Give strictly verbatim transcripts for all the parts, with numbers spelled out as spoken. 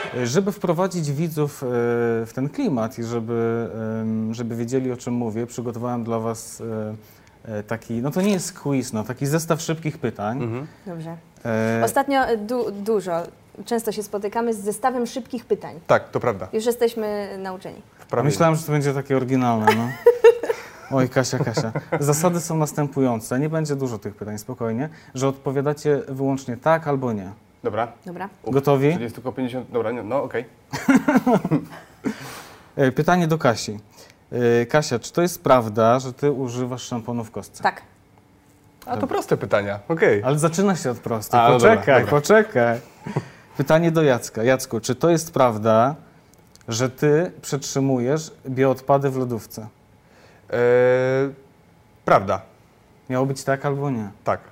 Żeby wprowadzić widzów w ten klimat i żeby, żeby wiedzieli, o czym mówię, przygotowałem dla was taki, no to nie jest quiz, no, taki zestaw szybkich pytań. Mhm. Dobrze. E... Ostatnio du dużo, często się spotykamy z zestawem szybkich pytań. Tak, to prawda. Już jesteśmy nauczeni. Wprawienie. Myślałem, że to będzie takie oryginalne, no. Oj, Kasia, Kasia. Zasady są następujące, nie będzie dużo tych pytań, spokojnie, że odpowiadacie wyłącznie tak albo nie. Dobra. Dobra. Uf, Gotowi? Czyli jest tylko pięćdziesiąt, dobra, nie, no okej. E, Pytanie do Kasi. E, Kasia, czy to jest prawda, że ty używasz szamponu w kostce? Tak. A to proste pytania, okej. Ale zaczyna się od prostych. A, no Poczekaj, dobra, dobra. poczekaj. Pytanie do Jacka. Jacku, czy to jest prawda, że ty przetrzymujesz bioodpady w lodówce? Eee, prawda, Miało być tak albo nie. tak.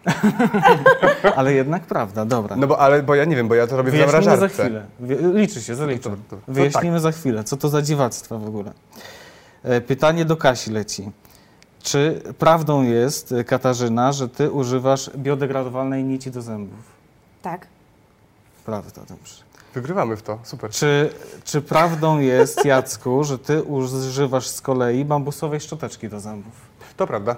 Ale jednak prawda, dobra. No bo, ale, bo ja nie wiem, bo ja to robię w Wyjaśnimy za zamrażarce. chwilę. Wie- Liczy się, zaliczę. To- to- to Wyjaśnimy za chwilę, co to za dziwactwa w ogóle. E, Pytanie do Kasi leci. Czy prawdą jest, e, Katarzyna, że ty używasz biodegradowalnej nici do zębów? Tak. Prawda, dobrze. Wygrywamy w to, super. Czy, czy prawdą jest, Jacku, że ty używasz z kolei bambusowej szczoteczki do zębów? To prawda.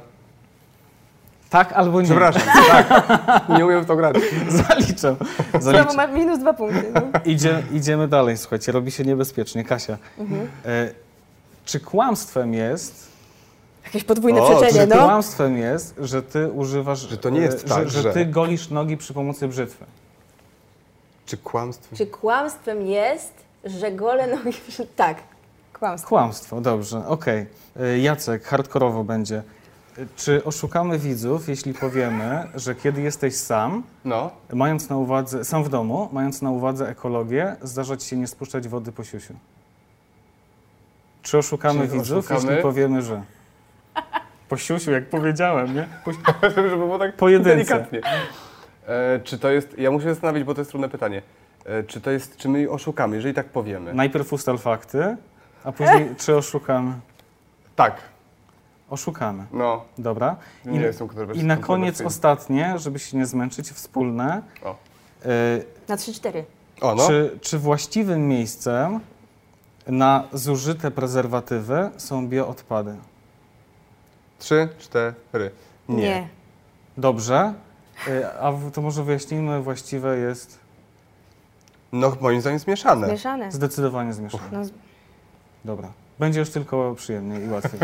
Tak albo nie? Przepraszam, tak. Nie umiem w to grać. Zaliczam. Znowu Zaliczam. ma minus dwa punkty. No. Idzie, idziemy dalej, słuchajcie, robi się niebezpiecznie. Kasia, Mhm. e, czy kłamstwem jest, Jakieś podwójne O, przeczenie, czy no. kłamstwem jest, że ty używasz, Że to nie jest e, tak, że, że- że ty golisz nogi przy pomocy brzytwy? Czy kłamstwo? Czy kłamstwem jest, że gole nogi... Tak, kłamstwo. Kłamstwo, dobrze, okej. E, Jacek, hardkorowo będzie. E, Czy oszukamy widzów, jeśli powiemy, że kiedy jesteś sam, No. mając na uwadze, sam w domu, mając na uwadze ekologię, zdarza ci się nie spuszczać wody po siusiu? Czy oszukamy Czy widzów, oszukamy? jeśli powiemy, że... Po siusiu, jak powiedziałem, nie? Po, Żeby było tak Po jedynce. delikatnie. E, czy to jest, ja muszę się zastanowić, bo to jest trudne pytanie. E, czy to jest, czy my oszukamy, jeżeli tak powiemy? najpierw ustal fakty, a później czy oszukamy? Tak, Oszukamy. no. Dobra. Nie I, jestem kontrowersyjny. I na koniec ostatnie, żeby się nie zmęczyć, wspólne. O. E, Na trzy cztery. O, no. czy, czy właściwym miejscem na zużyte prezerwatywy są bioodpady? Trzy, cztery. Nie. Nie. Dobrze. E, a w- to może wyjaśnijmy, właściwe jest No, moim zdaniem zmieszane. Mieszane. zdecydowanie zmieszane. No, z- Dobra. Będzie już tylko przyjemniej i łatwiej.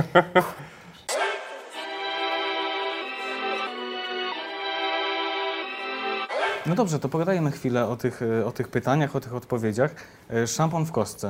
No dobrze, to pogadajmy chwilę o tych, e, o tych pytaniach, o tych odpowiedziach. E, Szampon w kostce.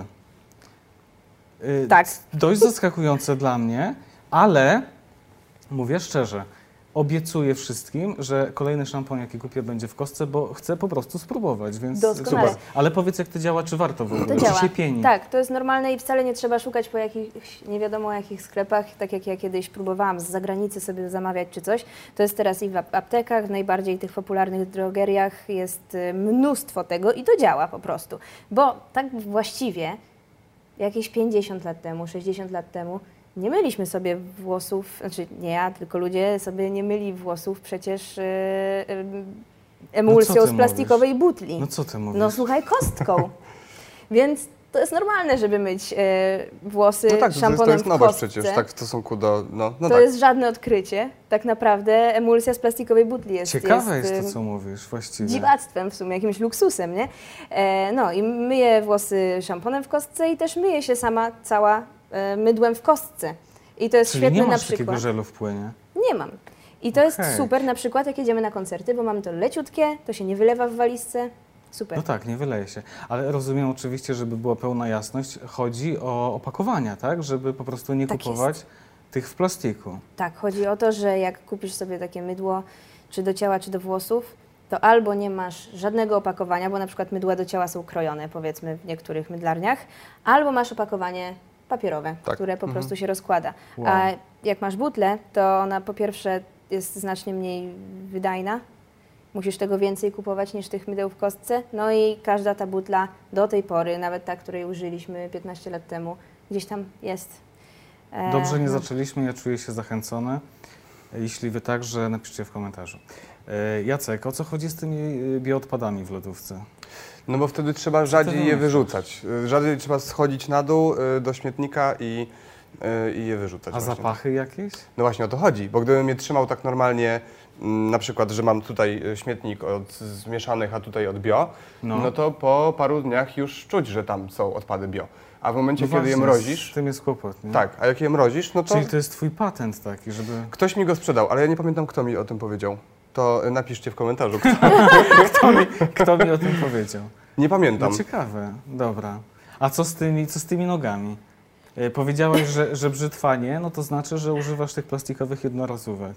E, Tak. Dość zaskakujące dla mnie, ale mówię szczerze, obiecuję wszystkim, że kolejny szampon, jaki kupię, będzie w kostce, bo chcę po prostu spróbować, więc Doskonale. super. Ale powiedz, jak to działa, czy warto w ogóle? To Czy działa. się pieni? Tak, to jest normalne i wcale nie trzeba szukać po jakichś nie wiadomo jakich sklepach, tak jak ja kiedyś próbowałam z zagranicy sobie zamawiać czy coś. To jest teraz i w ap- aptekach, w najbardziej tych popularnych drogeriach jest y, mnóstwo tego i to działa po prostu. Bo tak właściwie jakieś pięćdziesiąt lat temu, sześćdziesiąt lat temu nie myliśmy sobie włosów, znaczy nie ja, tylko ludzie sobie nie myli włosów przecież y, y, emulsją No co ty z plastikowej butli. No co ty mówisz? No słuchaj, kostką. Więc to jest normalne, żeby myć e, włosy No tak, to jest, szamponem to jest w nowość kostce. przecież, tak w stosunku do, no, no to tak. jest żadne odkrycie. Tak naprawdę emulsja z plastikowej butli jest, Ciekawe jest, jest to, em, co mówisz właściwie. dziwactwem w sumie, jakimś luksusem, nie? E, no i myję włosy szamponem w kostce i też myję się sama cała e, mydłem w kostce. I to jest Czyli świetne nie na masz takiego przykład. żelu w płynie? Nie mam. I to jest Okej. super na przykład, jak jedziemy na koncerty, bo mamy to leciutkie, to się nie wylewa w walizce. Super. No tak, nie wyleje się. Ale rozumiem oczywiście, żeby była pełna jasność, chodzi o opakowania, tak? Żeby po prostu nie Tak kupować tych w plastiku. Tak, chodzi o to, że jak kupisz sobie takie mydło, czy do ciała, czy do włosów, to albo nie masz żadnego opakowania, bo na przykład mydła do ciała są krojone, powiedzmy, w niektórych mydlarniach, albo masz opakowanie papierowe, Tak. które po Mhm. prostu się rozkłada. Wow. A jak masz butlę, to ona po pierwsze jest znacznie mniej wydajna, musisz tego więcej kupować niż tych mydeł w kostce, no i każda ta butla do tej pory, nawet ta, której użyliśmy piętnaście lat temu, gdzieś tam jest. E, Dobrze nie no. zaczęliśmy, ja czuję się zachęcony. Jeśli wy także, napiszcie w komentarzu. E, Jacek, o co chodzi z tymi y, bioodpadami w lodówce? No bo wtedy trzeba rzadziej je wymyślasz? wyrzucać. Y, Rzadziej trzeba schodzić na dół y, do śmietnika i, y, i je wyrzucać. A właśnie. zapachy jakieś? No właśnie o to chodzi, bo gdybym je trzymał tak normalnie, mm, na przykład, że mam tutaj y, śmietnik od zmieszanych, a tutaj od bio, No. no, to po paru dniach już czuć, że tam są odpady bio. A w momencie, No kiedy je właśnie, mrozisz, z tym jest kłopot, nie? tak, a jak je mrozisz, no to Czyli to jest twój patent taki, żeby... ktoś mi go sprzedał, ale ja nie pamiętam, kto mi o tym powiedział. To y, napiszcie w komentarzu, kto. Kto mi, kto mi o tym powiedział? Nie pamiętam. No ciekawe, dobra. A co z tymi, co z tymi nogami? E, powiedziałeś, że, że brzytwanie, no to znaczy, że używasz tych plastikowych jednorazówek.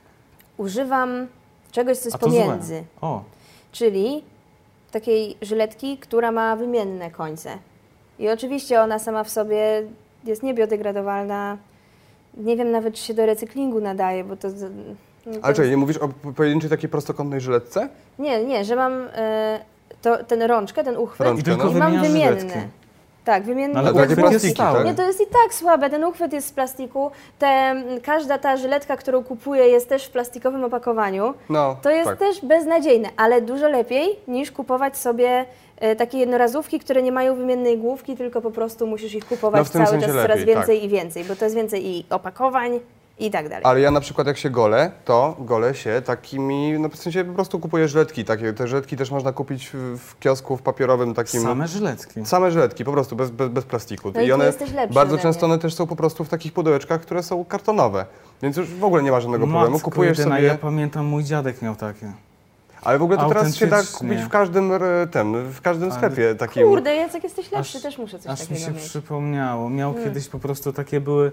Używam czegoś, co jest A to złe. pomiędzy, O, czyli takiej żyletki, która ma wymienne końce. I oczywiście ona sama w sobie jest niebiodegradowalna. Nie wiem nawet, czy się do recyklingu nadaje, bo to... no to Ale czekaj, nie mówisz o pojedynczej takiej prostokątnej żyletce? Nie, nie, że mam e, to, ten rączkę, ten uchwyt Rączkę, i tylko i mam wymieniasz wymienne. żyletki. Tak, wymienny No, ale A takie uchwyt uchwyt. jest plastiki, stały. tak? Nie, to jest i tak słabe. Ten uchwyt jest z plastiku. Te, każda ta żyletka, którą kupuję, jest też w plastikowym opakowaniu. No, To jest tak. też beznadziejne, ale dużo lepiej niż kupować sobie e, takie jednorazówki, które nie mają wymiennej główki, tylko po prostu musisz ich kupować No w tym cały sensie czas coraz lepiej, więcej tak. i więcej, bo to jest więcej i opakowań i tak dalej. Ale ja na przykład jak się golę, to golę się takimi, no w sensie po prostu kupuję żyletki takie. Te żyletki też można kupić w, w kiosku w papierowym takim. same żyletki. Same żyletki, po prostu, bez, bez, bez plastiku. No i I ty one jesteś lepszy bardzo ode często mnie. one też są po prostu w takich pudełeczkach, które są kartonowe. Więc już w ogóle nie ma żadnego problemu. Matko Kupujesz jedyna, sobie. ja pamiętam, mój dziadek miał takie. Ale w ogóle to teraz się da Autentycznie. kupić w każdym e, tym, w każdym Ale sklepie takim. Kurde, Jacek, jesteś lepszy, Aż- też muszę coś Aż mi takiego się mieć. przypomniało. Miał Mm. kiedyś po prostu takie były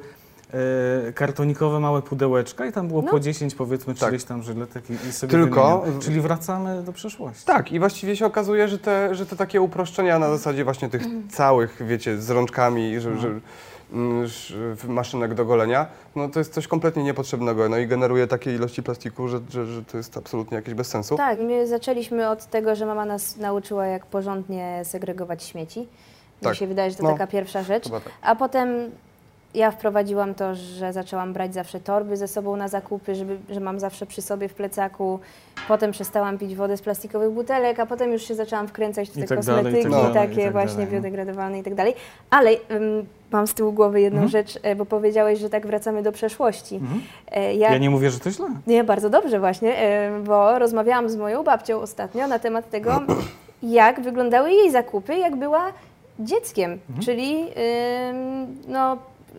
e, kartonikowe małe pudełeczka i tam było No. po dziesięć, powiedzmy, Tak. trzydzieści tam żyletek i, i sobie Tylko- wymieniał. Czyli wracamy do przeszłości. Tak, i właściwie się okazuje, że te, że te takie uproszczenia na zasadzie właśnie tych całych, wiecie, z rączkami, że, że, mm, ż- maszynek do golenia, no to jest coś kompletnie niepotrzebnego, no i generuje takie ilości plastiku, że, że, że to jest absolutnie jakieś bez sensu. Tak, my zaczęliśmy od tego, że mama nas nauczyła, jak porządnie segregować śmieci. Tak. Mi się wydaje, że to No. taka pierwsza rzecz. Chyba tak. A potem ja wprowadziłam to, że zaczęłam brać zawsze torby ze sobą na zakupy, żeby, że mam zawsze przy sobie w plecaku. Potem przestałam pić wodę z plastikowych butelek, a potem już się zaczęłam wkręcać w te I tak dalej, i kosmetyki, tak dalej, takie i tak właśnie dalej, no. biodegradowalne i tak dalej. Ale ym, mam z tyłu głowy jedną Mhm. rzecz, e, bo powiedziałeś, że tak wracamy do przeszłości. Mhm. E, Ja nie mówię, że to źle. Nie, bardzo dobrze właśnie, e, bo rozmawiałam z moją babcią ostatnio na temat tego, jak wyglądały jej zakupy, jak była dzieckiem, Mhm. czyli ym, no,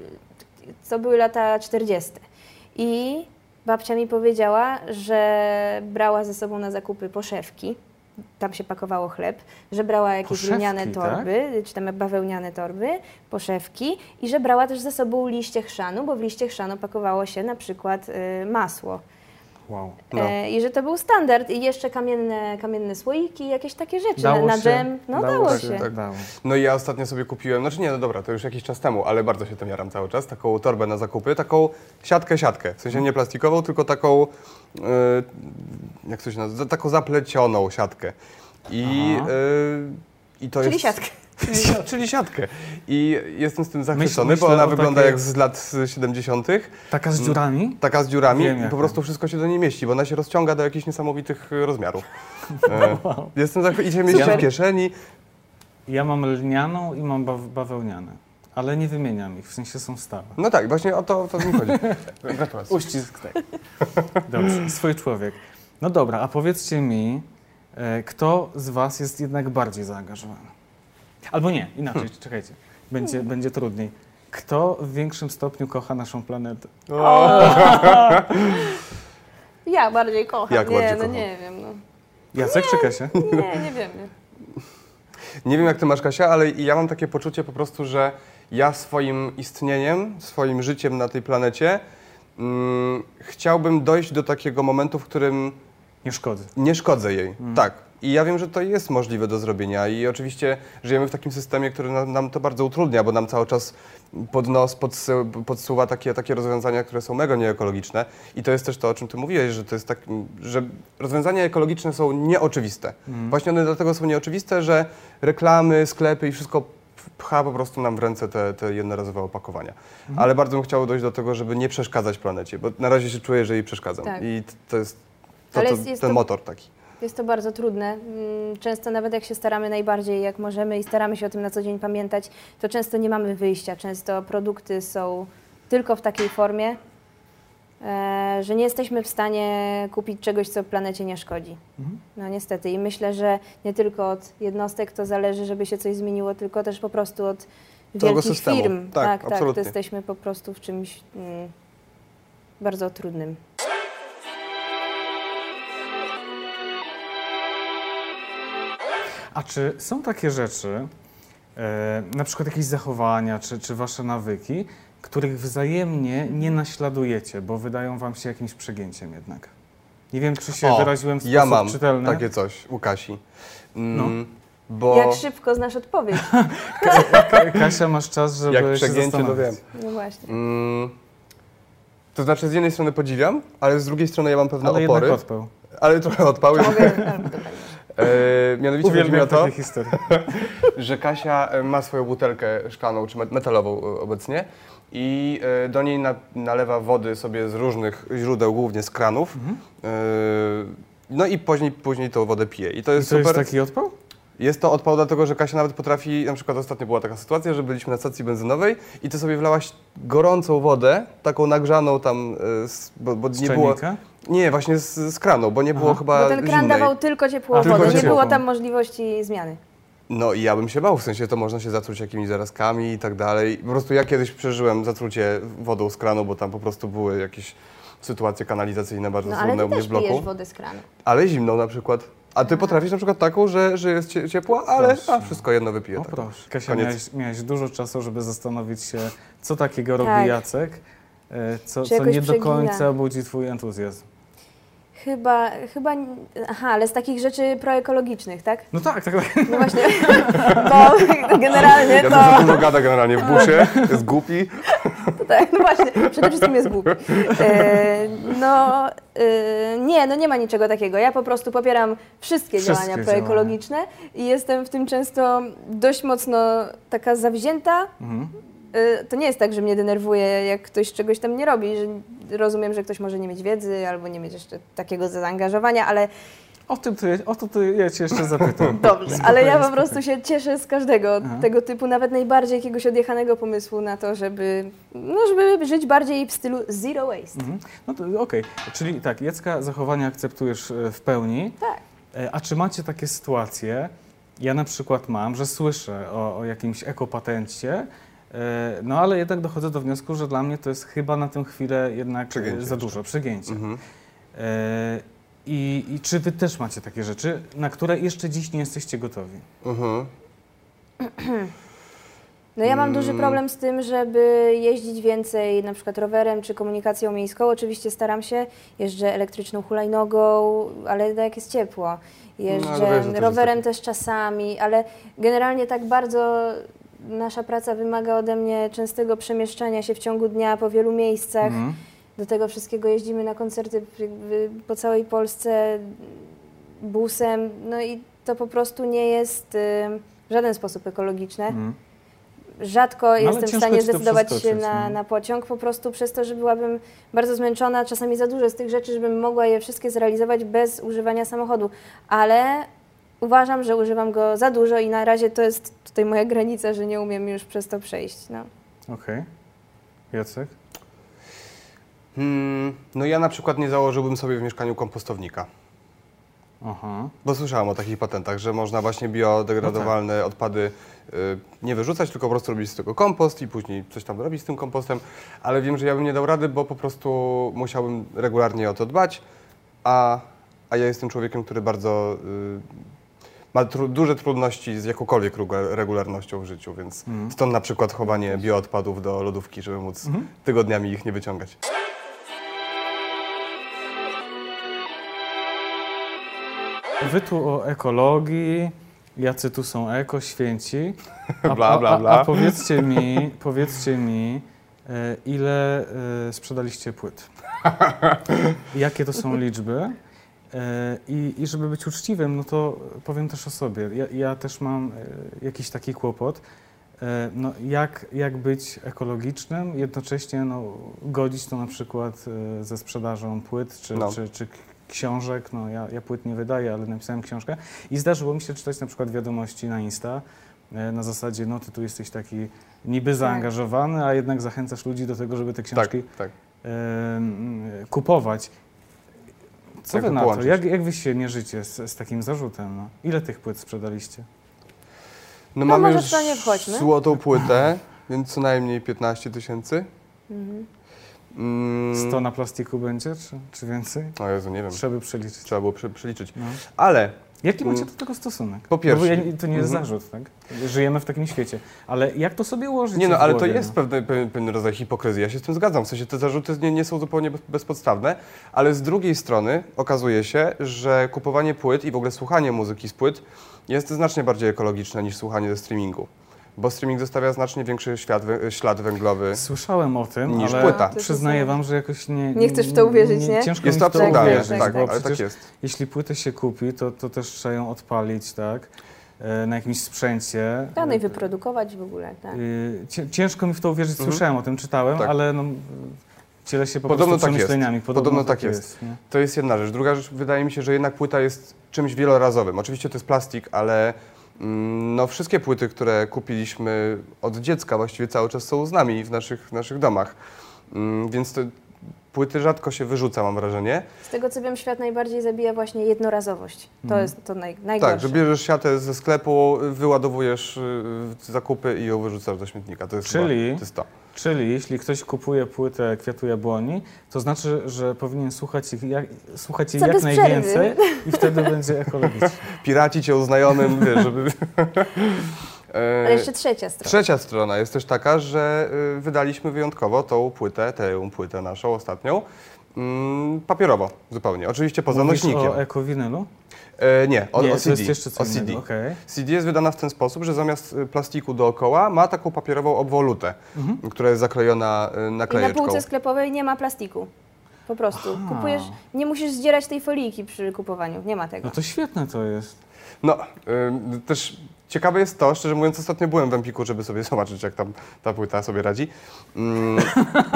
to były lata czterdzieste. I babcia mi powiedziała, że brała ze sobą na zakupy poszewki, tam się pakowało chleb, że brała jakieś Poszewki, lniane tak? torby, czy tam bawełniane torby, poszewki i że brała też ze sobą liście chrzanu, bo w liście chrzanu pakowało się na przykład y, masło. Wow. No. E, I że to był standard i jeszcze kamienne, kamienne słoiki, jakieś takie rzeczy Dało na, na się, dżem. No dało, dało się. tak dało. No i ja ostatnio sobie kupiłem, znaczy nie, no dobra, to już jakiś czas temu, ale bardzo się tym jaram cały czas, taką torbę na zakupy, taką siatkę, siatkę, w sensie nie plastikową, tylko taką, yy, jak to się nazywa, taką zaplecioną siatkę. I, Aha. yy, i to Czyli jest... siatkę. Czyli, czyli siatkę. I jestem z tym zachwycony, myślę bo ona o wygląda takiej- jak z lat siedemdziesiątych. Taka z dziurami? Taka z dziurami Wiem, i jaka. po prostu wszystko się do niej mieści, bo ona się rozciąga do jakichś niesamowitych rozmiarów. E, jestem zachwycony, idzie mieści Super. w kieszeni. Ja mam lnianą i mam baw- bawełniane, ale nie wymieniam ich, w sensie są stałe. No tak, właśnie o to, o to mi chodzi. Gratulacje. Uścisk, tak. Dobrze, swój człowiek. No dobra, a powiedzcie mi, e, kto z was jest jednak bardziej zaangażowany? Albo nie, inaczej, czekajcie, będzie, będzie trudniej. Kto w większym stopniu kocha naszą planetę? Ja bardziej kocham. Jak nie, bardziej no kocham? nie wiem. No. Jacek czy Kasia? Nie, nie wiem. Nie wiem jak ty masz, Kasia, ale ja mam takie poczucie po prostu, że ja swoim istnieniem, swoim życiem na tej planecie mm, chciałbym dojść do takiego momentu, w którym Nie szkodzę. nie szkodzę jej. Tak. I ja wiem, że to jest możliwe do zrobienia i oczywiście żyjemy w takim systemie, który nam, nam to bardzo utrudnia, bo nam cały czas pod nos podsu- podsuwa takie, takie rozwiązania, które są mega nieekologiczne. I to jest też to, o czym ty mówiłeś, że to jest tak, że rozwiązania ekologiczne są nieoczywiste. Właśnie one dlatego są nieoczywiste, że reklamy, sklepy i wszystko pcha po prostu nam w ręce te, te jednorazowe opakowania. Mhm. Ale bardzo bym chciał dojść do tego, żeby nie przeszkadzać planecie, bo na razie się czuję, że jej przeszkadzam. Tak. I t- to jest To, Ale to, jest- jest ten to- motor taki. Jest to bardzo trudne. Mm, Często nawet jak się staramy najbardziej jak możemy i staramy się o tym na co dzień pamiętać, to często nie mamy wyjścia. Często produkty są tylko w takiej formie, e, że nie jesteśmy w stanie kupić czegoś, co planecie nie szkodzi. Mhm. No niestety. I myślę, że nie tylko od jednostek to zależy, żeby się coś zmieniło, tylko też po prostu od Całego wielkich systemu. firm. Tak, tak, tak. absolutnie. To jesteśmy po prostu w czymś mm, bardzo trudnym. A czy są takie rzeczy, e, na przykład jakieś zachowania czy, czy wasze nawyki, których wzajemnie nie naśladujecie, bo wydają wam się jakimś przegięciem jednak? Nie wiem, czy się O, wyraziłem w sposób ja mam czytelny. takie coś u Kasi. Mm, No. Bo Jak szybko znasz odpowiedź? Ka- Kasia, masz czas, żeby jak się przegięcie, to zastanowić. wiem. No właśnie. Mm, to znaczy z jednej strony podziwiam, ale z drugiej strony ja mam pewne Ale opory. jednak odpał. Ale trochę odpały. Mogę... a, dobra, nie. E, mianowicie chodzi mi Uwielbiam o to, takie historie. że Kasia e, ma swoją butelkę szklaną czy met- metalową e, obecnie i e, do niej na, nalewa wody sobie z różnych źródeł, głównie z kranów. Mhm. E, no i później, później tą wodę pije. I to I jest to super. jest taki odpał? Jest to odpał dlatego, że Kasia nawet potrafi, na przykład ostatnio była taka sytuacja, że byliśmy na stacji benzynowej i ty sobie wlałaś gorącą wodę, taką nagrzaną tam, e, z, bo, bo Z nie było... czajnika? Nie, właśnie z, z kranu, bo nie było Aha. chyba Bo ten kran zimnej. dawał tylko ciepłą A, tylko wodę, nie ciepłą. było tam możliwości zmiany. No i ja bym się bał, w sensie to można się zatruć jakimiś zarazkami i tak dalej. Po prostu ja kiedyś przeżyłem zatrucie wodą z kranu, bo tam po prostu były jakieś sytuacje kanalizacyjne bardzo No ale trudne ty u mnie też w bloku. pijesz wodę z kranu. Ale zimną na przykład. A ty potrafisz na przykład taką, że, że jest cie- ciepła, ale Proszę. a, wszystko jedno wypiję. O tak. proszę. Kasia, Koniec. miałeś, miałeś dużo czasu, żeby zastanowić się, co takiego robi Tak. Jacek, e, co, Czy co jakoś nie do przegina. końca budzi twój entuzjazm. Chyba, chyba, aha, ale z takich rzeczy proekologicznych, tak? No tak, tak, tak. No właśnie, bo generalnie Ja to to, za dużo gada generalnie w busie, jest głupi. to tak, no właśnie, przede wszystkim jest głupi. E, no, e, nie, no nie ma niczego takiego. Ja po prostu popieram wszystkie, Wszystkie działania proekologiczne i jestem w tym często dość mocno taka zawzięta. Mhm. Y, To nie jest tak, że mnie denerwuje, jak ktoś czegoś tam nie robi. Że rozumiem, że ktoś może nie mieć wiedzy albo nie mieć jeszcze takiego zaangażowania, ale O, tym to, ja- o to, to ja cię jeszcze zapytam. dobrze. Spokojnie, Ale ja po spokojnie. prostu się cieszę z każdego Aha. tego typu, nawet najbardziej jakiegoś odjechanego pomysłu na to, żeby, no, żeby żyć bardziej w stylu zero waste. Mhm. No to okej, czyli tak, Jacka zachowania akceptujesz e, w pełni. Tak. E, A czy macie takie sytuacje, ja na przykład mam, że słyszę o, o jakimś ekopatencie, e, no ale jednak dochodzę do wniosku, że dla mnie to jest chyba na tę chwilę jednak e, Przegięcie za jeszcze. dużo, przegięcie. Mhm. E, I, I czy wy też macie takie rzeczy, na które jeszcze dziś nie jesteście gotowi? Mhm. No ja mam Mm. duży problem z tym, żeby jeździć więcej na przykład rowerem czy komunikacją miejską. Oczywiście staram się, jeżdżę elektryczną hulajnogą, ale jak jest ciepło. Jeżdżę No, ale wiesz, że to rowerem jest też czasami, ale generalnie tak bardzo nasza praca wymaga ode mnie częstego przemieszczania się w ciągu dnia po wielu miejscach. Mhm. Do tego wszystkiego jeździmy na koncerty jakby po całej Polsce busem, no i to po prostu nie jest y, w żaden sposób ekologiczne. Mhm. Rzadko jestem w ciężko stanie ci to zdecydować się przeskoczyć, na, no. na pociąg, po prostu przez to, że byłabym bardzo zmęczona, czasami za dużo z tych rzeczy, żebym mogła je wszystkie zrealizować bez używania samochodu, ale uważam, że używam go za dużo i na razie to jest tutaj moja granica, że nie umiem już przez to przejść. No. Okej. Jacek? Hmm, no ja na przykład nie założyłbym sobie w mieszkaniu kompostownika. Aha. Bo słyszałem o takich patentach, że można właśnie biodegradowalne odpady y, nie wyrzucać, tylko po prostu robić z tego kompost i później coś tam robić z tym kompostem. Ale wiem, że ja bym nie dał rady, bo po prostu musiałbym regularnie o to dbać, a, a ja jestem człowiekiem, który bardzo y, ma tru, duże trudności z jakąkolwiek rugu- regularnością w życiu, więc Mhm. stąd na przykład chowanie bioodpadów do lodówki, żeby móc Mhm. tygodniami ich nie wyciągać. Wy tu o ekologii, jacy tu są eko, święci. A, Bla, bla, a, bla. a, a powiedzcie mi, powiedzcie mi, e, ile e, sprzedaliście płyt? Jakie to są liczby? E, I, I żeby być uczciwym, no to powiem też o sobie. Ja, ja też mam e, jakiś taki kłopot. E, no, jak, jak być ekologicznym, jednocześnie no, godzić to na przykład e, ze sprzedażą płyt czy, No. czy, czy książek, no ja, ja płyt nie wydaję, ale napisałem książkę i zdarzyło mi się czytać na przykład wiadomości na Insta e, na zasadzie, no ty tu jesteś taki niby zaangażowany, a jednak zachęcasz ludzi do tego, żeby te książki Tak, tak. e, kupować. Co Jak wy to na to? połączyć? Jak, jak wy się mierzycie z, z takim zarzutem? No? Ile tych płyt sprzedaliście? No, No mamy może już w to nie wchodźmy. złotą płytę, więc co najmniej piętnaście tysięcy. Mhm. Mm. sto na plastiku będzie, czy, czy więcej? O Jezu, nie wiem. Trzeba by przeliczyć. Trzeba było przy, przeliczyć. No. Ale Jaki macie Mm. do tego stosunek? Po pierwsze- No bo ja, to nie jest Mhm. zarzut, tak? Żyjemy w takim świecie. Ale jak to sobie ułożyć? nie no, w ale to głowie, jest no? pewny, pewien, pewien rodzaj hipokryzji. Ja się z tym zgadzam. W sensie te zarzuty nie, nie są zupełnie bez- bezpodstawne, ale z drugiej strony okazuje się, że kupowanie płyt i w ogóle słuchanie muzyki z płyt jest znacznie bardziej ekologiczne niż słuchanie ze streamingu. Bo streaming zostawia znacznie większy świat, wę- ślad węglowy. Słyszałem o tym, Niż ale płyta. przyznaję wam, że jakoś nie... Nie chcesz w to uwierzyć, nie? Ciężko Jest mi to w to absurdalne, uwierzyć, tak, tak, bo ale przecież tak jest. jeśli płytę się kupi, to, to też trzeba ją odpalić, tak? E, Na jakimś sprzęcie. Tak, no i wyprodukować w ogóle, tak. Y, cię- Ciężko mi w to uwierzyć, Mhm. słyszałem o tym, czytałem, Tak. ale no, dzielę się po Podobno prostu tak jest. przemyśleniami. Podobno tak jest. nie? To jest jedna rzecz. Druga rzecz, wydaje mi się, że jednak płyta jest czymś wielorazowym. Oczywiście to jest plastik, ale mm, no, wszystkie płyty, które kupiliśmy od dziecka, właściwie cały czas są z nami w naszych, w naszych domach. Mm, więc te płyty rzadko się wyrzuca, mam wrażenie. Z tego co wiem, świat najbardziej zabija właśnie jednorazowość. To Mhm. jest to naj, najgorsze. Tak, że bierzesz siatę ze sklepu, wyładowujesz y, zakupy i ją wyrzucasz do śmietnika. To jest Czyli? chyba, to jest to. Czyli jeśli ktoś kupuje płytę Kwiatu Jabłoni, to znaczy, że powinien słuchać ich jak, słuchać jej Co jak bez najwięcej i wtedy będzie ekologicznie. Piraci cię o znajomym, wiesz, żeby... E, Ale jeszcze trzecia strona. Trzecia strona jest też taka, że y, wydaliśmy wyjątkowo tą płytę, tę płytę naszą ostatnią, mm, papierowo zupełnie. Oczywiście poza Mówisz nośnikiem. o ekowinylu? E, nie, o, Nie, o to C D. jest jeszcze co o C D. innego. okej. C D jest wydana w ten sposób, że zamiast y, plastiku dookoła ma taką papierową obwolutę, Mhm. która jest zaklejona y, I na naklejeczką. półce sklepowej nie ma plastiku. Po prostu. Aha. Kupujesz, nie musisz zdzierać tej folijki przy kupowaniu. Nie ma tego. No to świetne to jest. No, y, też ciekawe jest to, szczerze mówiąc, ostatnio byłem w Empiku, żeby sobie zobaczyć, jak tam ta płyta sobie radzi. Mm,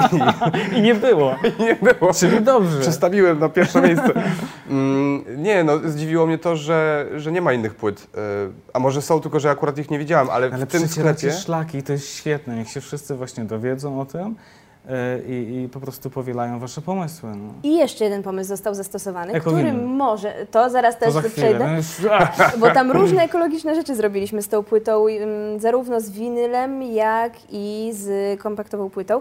I nie było. nie było. Czyli dobrze. Przestawiłem na pierwsze miejsce. Mm, nie, no zdziwiło mnie to, że, że nie ma innych płyt. Y, a może są, tylko że akurat ich nie widziałem, ale, Ale w tym przecieracie sklepie... szlaki, to jest świetne. Niech się wszyscy właśnie dowiedzą o tym e, i, i po prostu powielają wasze pomysły. No. I jeszcze jeden pomysł został zastosowany, Ekowinil. który może, to zaraz To też za chwilę. przejdę, No już, ach, bo tam różne ekologiczne rzeczy zrobiliśmy z tą płytą, ym, zarówno z winylem, jak i z kompaktową płytą,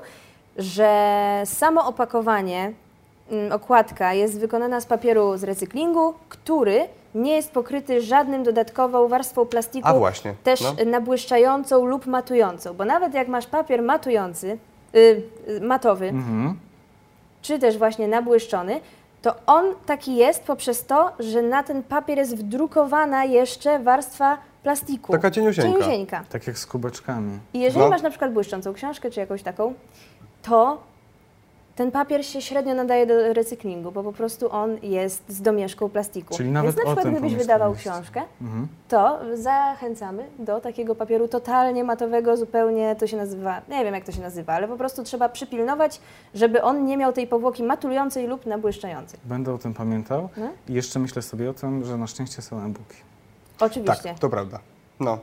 że samo opakowanie, ym, okładka jest wykonana z papieru z recyklingu, który nie jest pokryty żadnym dodatkową warstwą plastiku, A właśnie. też no. nabłyszczającą lub matującą, bo nawet jak masz papier matujący, y, y, matowy, mhm. czy też właśnie nabłyszczony, to on taki jest poprzez to, że na ten papier jest wdrukowana jeszcze warstwa plastiku. Taka cieniusieńka. Cieniusieńka. Tak jak z kubeczkami. I jeżeli No. masz na przykład błyszczącą książkę, czy jakąś taką, to ten papier się średnio nadaje do recyklingu, bo po prostu on jest z domieszką plastiku. Czyli nawet Więc na o przykład tym gdybyś pomysł wydawał jest. książkę, Mhm. to zachęcamy do takiego papieru totalnie matowego, zupełnie to się nazywa, nie wiem jak to się nazywa, ale po prostu trzeba przypilnować, żeby on nie miał tej powłoki matulującej lub nabłyszczającej. Będę o tym pamiętał. No? I jeszcze myślę sobie o tym, że na szczęście są e-booki. Oczywiście. Tak, to prawda. No.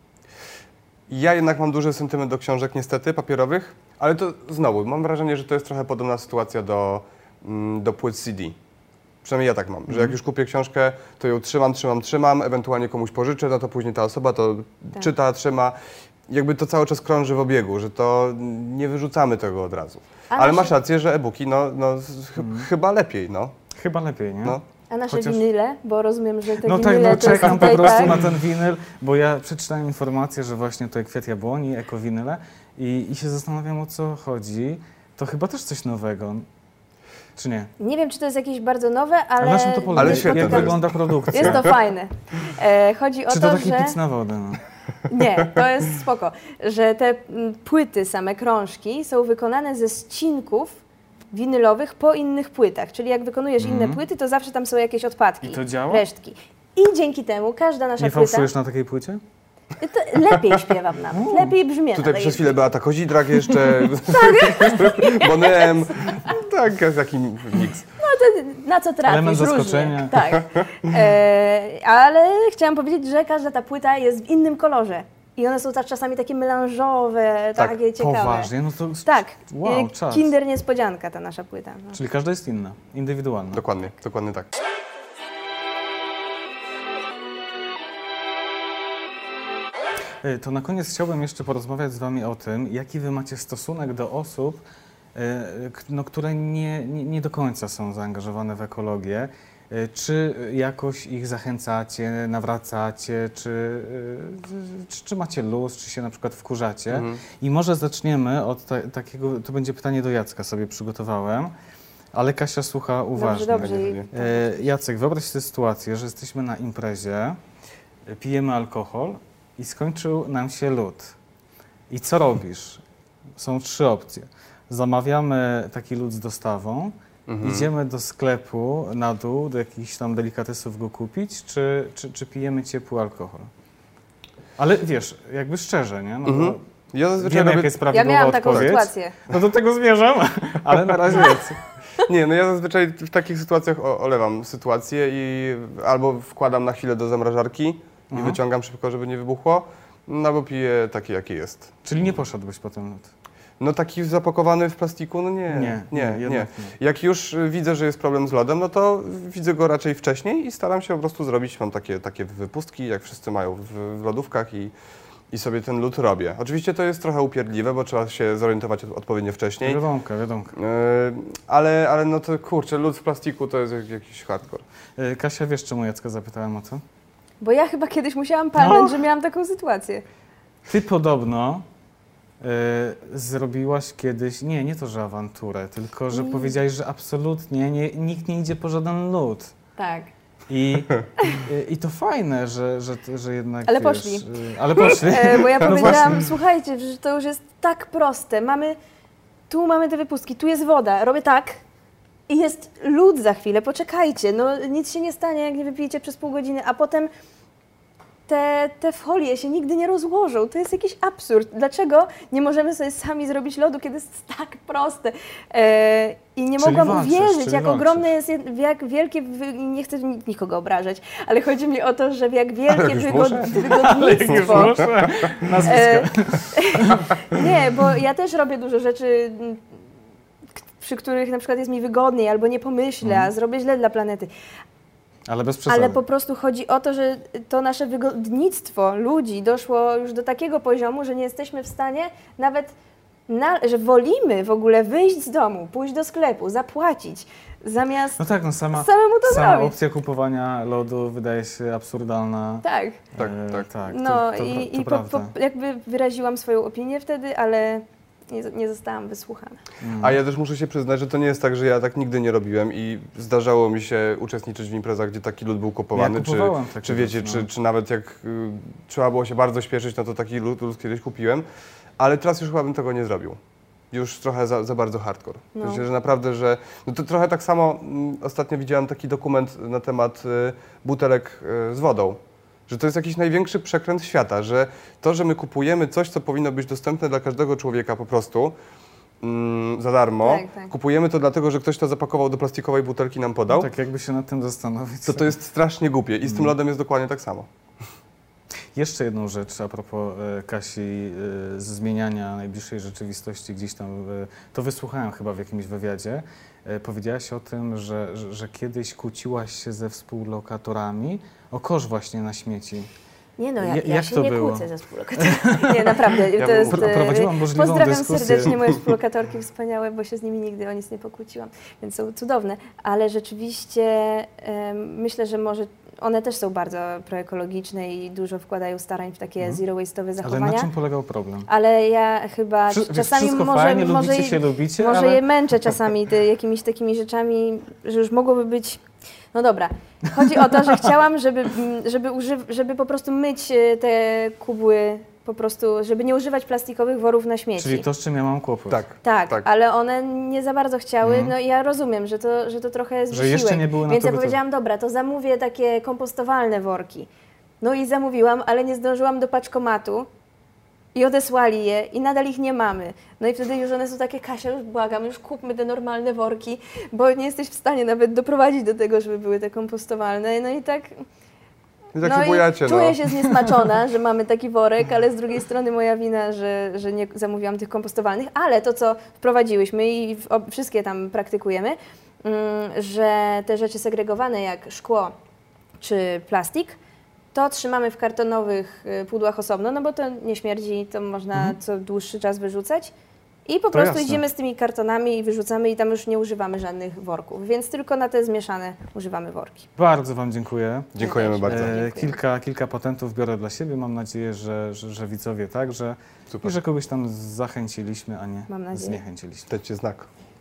Ja jednak mam duży sentyment do książek, niestety, papierowych, ale to znowu, mam wrażenie, że to jest trochę podobna sytuacja do, mm, do płyt C D. Przynajmniej ja tak mam, że jak już kupię książkę, to ją trzymam, trzymam, trzymam, ewentualnie komuś pożyczę, no to później ta osoba to Tak. czyta, trzyma. Jakby to cały czas krąży w obiegu, że to nie wyrzucamy tego od razu. A Ale nasze- masz rację, że e-booki, no, no ch- chyba lepiej, no. Chyba lepiej, nie? no. A nasze Chociaż- winyle, bo rozumiem, że te No tak, winyle no to jest czekam po tutaj, prostu tak? na ten winyl, bo ja przeczytałem informację, że właśnie to Kwiat Jabłoni, ekowinyle i, i się zastanawiam, o co chodzi. To chyba też coś nowego, czy nie? Nie wiem, czy to jest jakieś bardzo nowe, ale... A na czym to polega? Ale świetne Jak to jest. wygląda produkcja? Jest to fajne. E, chodzi o Czy to, to taki że... pic na wodę? No? Nie, to jest spoko. Że te mm, płyty, same krążki są wykonane ze ścinków winylowych po innych płytach. Czyli jak wykonujesz Mhm. inne płyty, to zawsze tam są jakieś odpadki. I to działa? Resztki. I dzięki temu każda nasza Nie płyta... fałszujesz na takiej płycie? To lepiej śpiewam nawet, lepiej brzmi na Tutaj takiej przez chwilę Beata Kozidrak jeszcze, Bonem, tak, taki miks. na co trafisz, Element różnie. zaskoczenia. Tak. E, ale chciałam powiedzieć, że każda ta płyta jest w innym kolorze. I one są tak czasami takie melanżowe, Tak. takie ciekawe. Poważnie? No to Tak. wow, E, czas. Kinder niespodzianka ta nasza płyta. No. Czyli każda jest inna, indywidualna. Dokładnie, dokładnie tak. E, To na koniec chciałbym jeszcze porozmawiać z Wami o tym, jaki Wy macie stosunek do osób, e, k- no, które nie, nie, nie do końca są zaangażowane w ekologię. E, Czy jakoś ich zachęcacie, nawracacie, czy, e, czy, czy macie luz, czy się na przykład wkurzacie? Mhm. I może zaczniemy od ta, takiego, to będzie pytanie do Jacka, sobie przygotowałem, ale Kasia słucha uważnie. Dobrze, dobrze. Będzie E, Jacek, wyobraź sobie sytuację, że jesteśmy na imprezie, e, pijemy alkohol i skończył nam się lód. I co robisz? Są trzy opcje. Zamawiamy taki lód z dostawą, Mhm. idziemy do sklepu na dół, do jakichś tam delikatesów go kupić, czy, czy, czy pijemy ciepły alkohol? Ale wiesz, jakby szczerze, nie? No, Mhm. bo Ja zazwyczaj wiemy, robię... jaka jest Ja prawidłowa miałam taką odpowiedź. sytuację. No do tego zmierzam, ale na razie jest. Nie, no ja zazwyczaj w takich sytuacjach o- olewam sytuację i albo wkładam na chwilę do zamrażarki i Mhm. wyciągam szybko, żeby nie wybuchło, no albo piję takie, jakie jest. Czyli nie poszedłbyś po ten lód? No taki zapakowany w plastiku, no nie, Nie, nie, nie, nie. jednak nie. Jak już y, widzę, że jest problem z lodem, no to widzę go raczej wcześniej i staram się po prostu zrobić, mam takie, takie wypustki, jak wszyscy mają w, w lodówkach i, i sobie ten lód robię. Oczywiście to jest trochę upierdliwe, bo trzeba się zorientować odpowiednio wcześniej, Wiadomka, wiadomka. y, ale, ale no to kurczę, lód w plastiku to jest jak- jakiś hardcore. E, Kasia, wiesz, czemu Jacka zapytałem o to? Bo ja chyba kiedyś musiałam palnąć, No. że miałam taką sytuację. Ty podobno e, zrobiłaś kiedyś, nie, nie to, że awanturę, tylko że Nie. powiedziałaś, że absolutnie nie, nikt nie idzie po żaden lód. Tak. I, i, i to fajne, że, że, że jednak. Ale wiesz, poszli. e, Ale poszli. E, bo ja No powiedziałam, właśnie. słuchajcie, że to już jest tak proste. Mamy, tu mamy te wypustki, tu jest woda, robię tak i jest lód za chwilę, poczekajcie. No nic się nie stanie, jak nie wypijecie przez pół godziny, a potem te, te folie się nigdy nie rozłożą. To jest jakiś absurd. Dlaczego nie możemy sobie sami zrobić lodu, kiedy jest tak proste? E, I nie Czyli mogłam walczysz, uwierzyć, czyli jak walczysz. ogromne jest, jed- jak wielkie, wy- nie chcę ni- nikogo obrażać, ale chodzi mi o to, że jak wielkie już wygod, muszę? Ale jak już wygodnictwo. muszę, nazwiska. E, nie, bo ja też robię dużo rzeczy, m, k- przy których na przykład jest mi wygodniej albo nie pomyślę, a zrobię źle dla planety. Ale bez przesady. Ale po prostu chodzi o to, że to nasze wygodnictwo ludzi doszło już do takiego poziomu, że nie jesteśmy w stanie nawet, na, że wolimy w ogóle wyjść z domu, pójść do sklepu, zapłacić, zamiast No tak, no sama, samemu to sama zrobić. opcja kupowania lodu wydaje się absurdalna. Tak. Tak, E, tak. tak No to, to, i, to i po, prawda. po, jakby wyraziłam swoją opinię wtedy, ale nie, nie zostałam wysłuchana. Mm. A ja też muszę się przyznać, że to nie jest tak, że ja tak nigdy nie robiłem i zdarzało mi się uczestniczyć w imprezach, gdzie taki lód był kupowany, Ja czy, kupowałem taki czy wiecie, lód, no. czy, czy nawet jak y, trzeba było się bardzo śpieszyć, no to taki lód, lód kiedyś kupiłem, ale teraz już chyba bym tego nie zrobił. Już trochę za, za bardzo hardcore. No. Myślę, że naprawdę, że no to trochę tak samo, mm, ostatnio widziałem taki dokument na temat y, butelek y, z wodą. Że to jest jakiś największy przekręt świata, że to, że my kupujemy coś, co powinno być dostępne dla każdego człowieka po prostu mm, za darmo, Tak, tak. kupujemy to dlatego, że ktoś to zapakował do plastikowej butelki i nam podał, Tak jakby się nad tym zastanowić. to to jest strasznie głupie i z Mm. tym lodem jest dokładnie tak samo. Jeszcze jedną rzecz a propos e, Kasi, e, z zmieniania najbliższej rzeczywistości gdzieś tam, e, to wysłuchałem chyba w jakimś wywiadzie, e, powiedziałaś o tym, że, że, że kiedyś kłóciłaś się ze współlokatorami o kosz właśnie na śmieci. Nie no, ja, Ja- ja jak się to nie było? kłócę ze współlokatorami. Nie, naprawdę. Ja to jest, pro- e, prowadziłam możliwą Pozdrawiam dyskusję. serdecznie moje współlokatorki wspaniałe, bo się z nimi nigdy o nic nie pokłóciłam, więc są cudowne. Ale rzeczywiście em, myślę, że może one też są bardzo proekologiczne i dużo wkładają starań w takie Mhm. zero waste'owe Ale zachowania. na czym polegał problem? Ale ja chyba Wszy- wiesz, czasami wszystko może, fajnie, może, lubicie się, lubicie, może ale... je męczę czasami ty, jakimiś takimi rzeczami, że już mogłoby być... No dobra, chodzi o to, że chciałam, żeby, mm, żeby, używ- żeby po prostu myć e, te kubły, po prostu, żeby nie używać plastikowych worów na śmieci. Czyli to, z czym ja mam kłopot. Tak. Tak, tak. ale one nie za bardzo chciały, Mhm. no i ja rozumiem, że to, że to trochę jest Że wysiłek. jeszcze nie były na Więc to ja gotowe. powiedziałam, dobra, to zamówię takie kompostowalne worki. No i zamówiłam, ale nie zdążyłam do paczkomatu. i odesłali je i nadal ich nie mamy. No i wtedy już one są takie, Kasia, już błagam, już kupmy te normalne worki, bo nie jesteś w stanie nawet doprowadzić do tego, żeby były te kompostowalne. No i tak... I tak no się bojacie, i czuję no. się zniesmaczona, że mamy taki worek, ale z drugiej strony moja wina, że, że nie zamówiłam tych kompostowalnych, ale to, co wprowadziłyśmy i w, o, wszystkie tam praktykujemy, mm, że te rzeczy segregowane jak szkło czy plastik, to trzymamy w kartonowych y, pudłach osobno, no bo to nie śmierdzi, to można Mhm. co dłuższy czas wyrzucać. I po To prostu jasne. idziemy z tymi kartonami i wyrzucamy i tam już nie używamy żadnych worków, więc tylko na te zmieszane używamy worki. Bardzo Wam dziękuję. Dziękujemy bardzo. E, Dziękuję. kilka, kilka patentów biorę dla siebie. Mam nadzieję, że, że, że widzowie także. Super. I że kogoś tam zachęciliśmy, a nie Mam nadzieję. zniechęciliśmy. Dajcie znak.